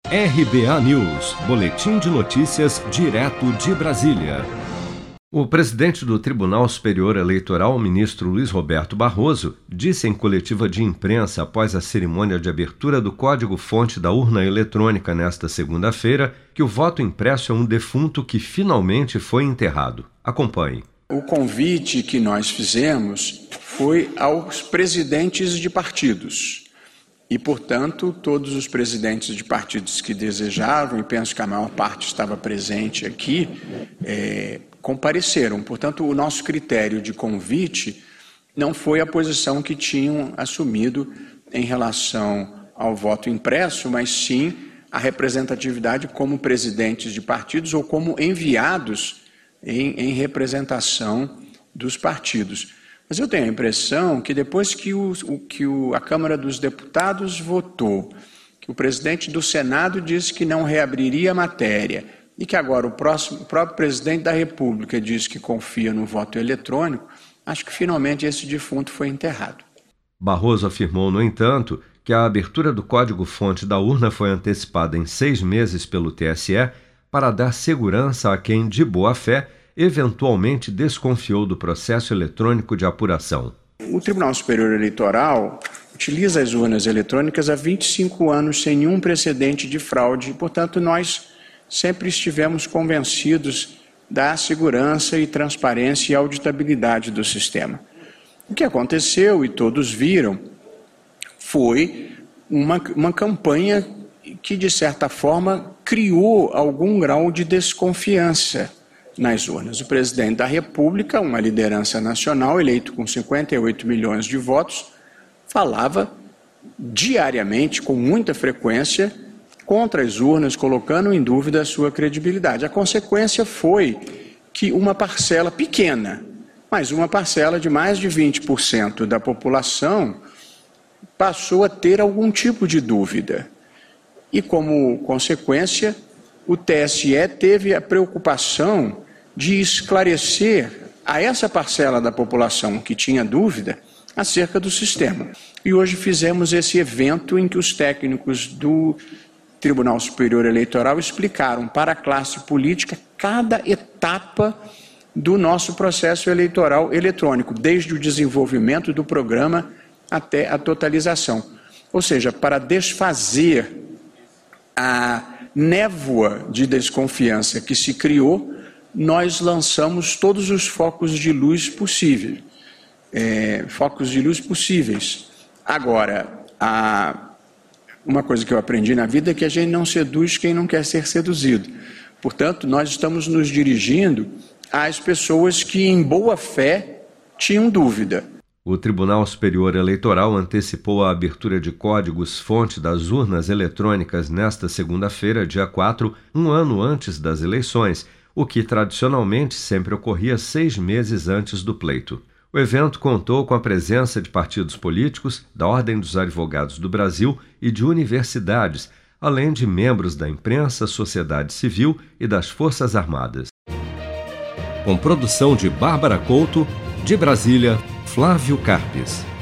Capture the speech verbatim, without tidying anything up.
R B A News, boletim de notícias direto de Brasília. O presidente do Tribunal Superior Eleitoral, ministro Luiz Roberto Barroso, disse em coletiva de imprensa após a cerimônia de abertura do código-fonte da urna eletrônica nesta segunda-feira que o voto impresso é um defunto que finalmente foi enterrado. Acompanhe. O convite que nós fizemos foi aos presidentes de partidos. E, portanto, todos os presidentes de partidos que desejavam, e penso que a maior parte estava presente aqui, é, compareceram. Portanto, o nosso critério de convite não foi a posição que tinham assumido em relação ao voto impresso, mas sim a representatividade como presidentes de partidos ou como enviados em, em representação dos partidos. Mas eu tenho a impressão que depois que, o, o, que o, a Câmara dos Deputados votou, que o presidente do Senado disse que não reabriria a matéria e que agora o, próximo, o próprio presidente da República disse que confia no voto eletrônico, acho que finalmente esse defunto foi enterrado. Barroso afirmou, no entanto, que a abertura do código-fonte da urna foi antecipada em seis meses pelo T S E para dar segurança a quem, de boa fé, eventualmente desconfiou do processo eletrônico de apuração. O Tribunal Superior Eleitoral utiliza as urnas eletrônicas há vinte e cinco anos sem nenhum precedente de fraude, e, portanto, nós sempre estivemos convencidos da segurança e transparência e auditabilidade do sistema. O que aconteceu, e todos viram, foi uma, uma campanha que, de certa forma, criou algum grau de desconfiança nas urnas. O presidente da República, uma liderança nacional, eleito com cinquenta e oito milhões de votos, falava diariamente, com muita frequência, contra as urnas, colocando em dúvida a sua credibilidade. A consequência foi que uma parcela pequena, mas uma parcela de mais de vinte por cento da população passou a ter algum tipo de dúvida. E, como consequência, o T S E teve a preocupação de esclarecer a essa parcela da população que tinha dúvida acerca do sistema. E hoje fizemos esse evento em que os técnicos do Tribunal Superior Eleitoral explicaram para a classe política cada etapa do nosso processo eleitoral eletrônico, desde o desenvolvimento do programa até a totalização. Ou seja, para desfazer a névoa de desconfiança que se criou, nós lançamos todos os focos de luz possíveis. É, focos de luz possíveis. Agora, a, uma coisa que eu aprendi na vida é que a gente não seduz quem não quer ser seduzido. Portanto, nós estamos nos dirigindo às pessoas que, em boa fé, tinham dúvida. O Tribunal Superior Eleitoral antecipou a abertura de códigos-fonte das urnas eletrônicas nesta segunda-feira, dia quatro, um ano antes das eleições, o que tradicionalmente sempre ocorria seis meses antes do pleito. O evento contou com a presença de partidos políticos, da Ordem dos Advogados do Brasil e de universidades, além de membros da imprensa, sociedade civil e das Forças Armadas. Com produção de Bárbara Couto, de Brasília, Flávio Carpes.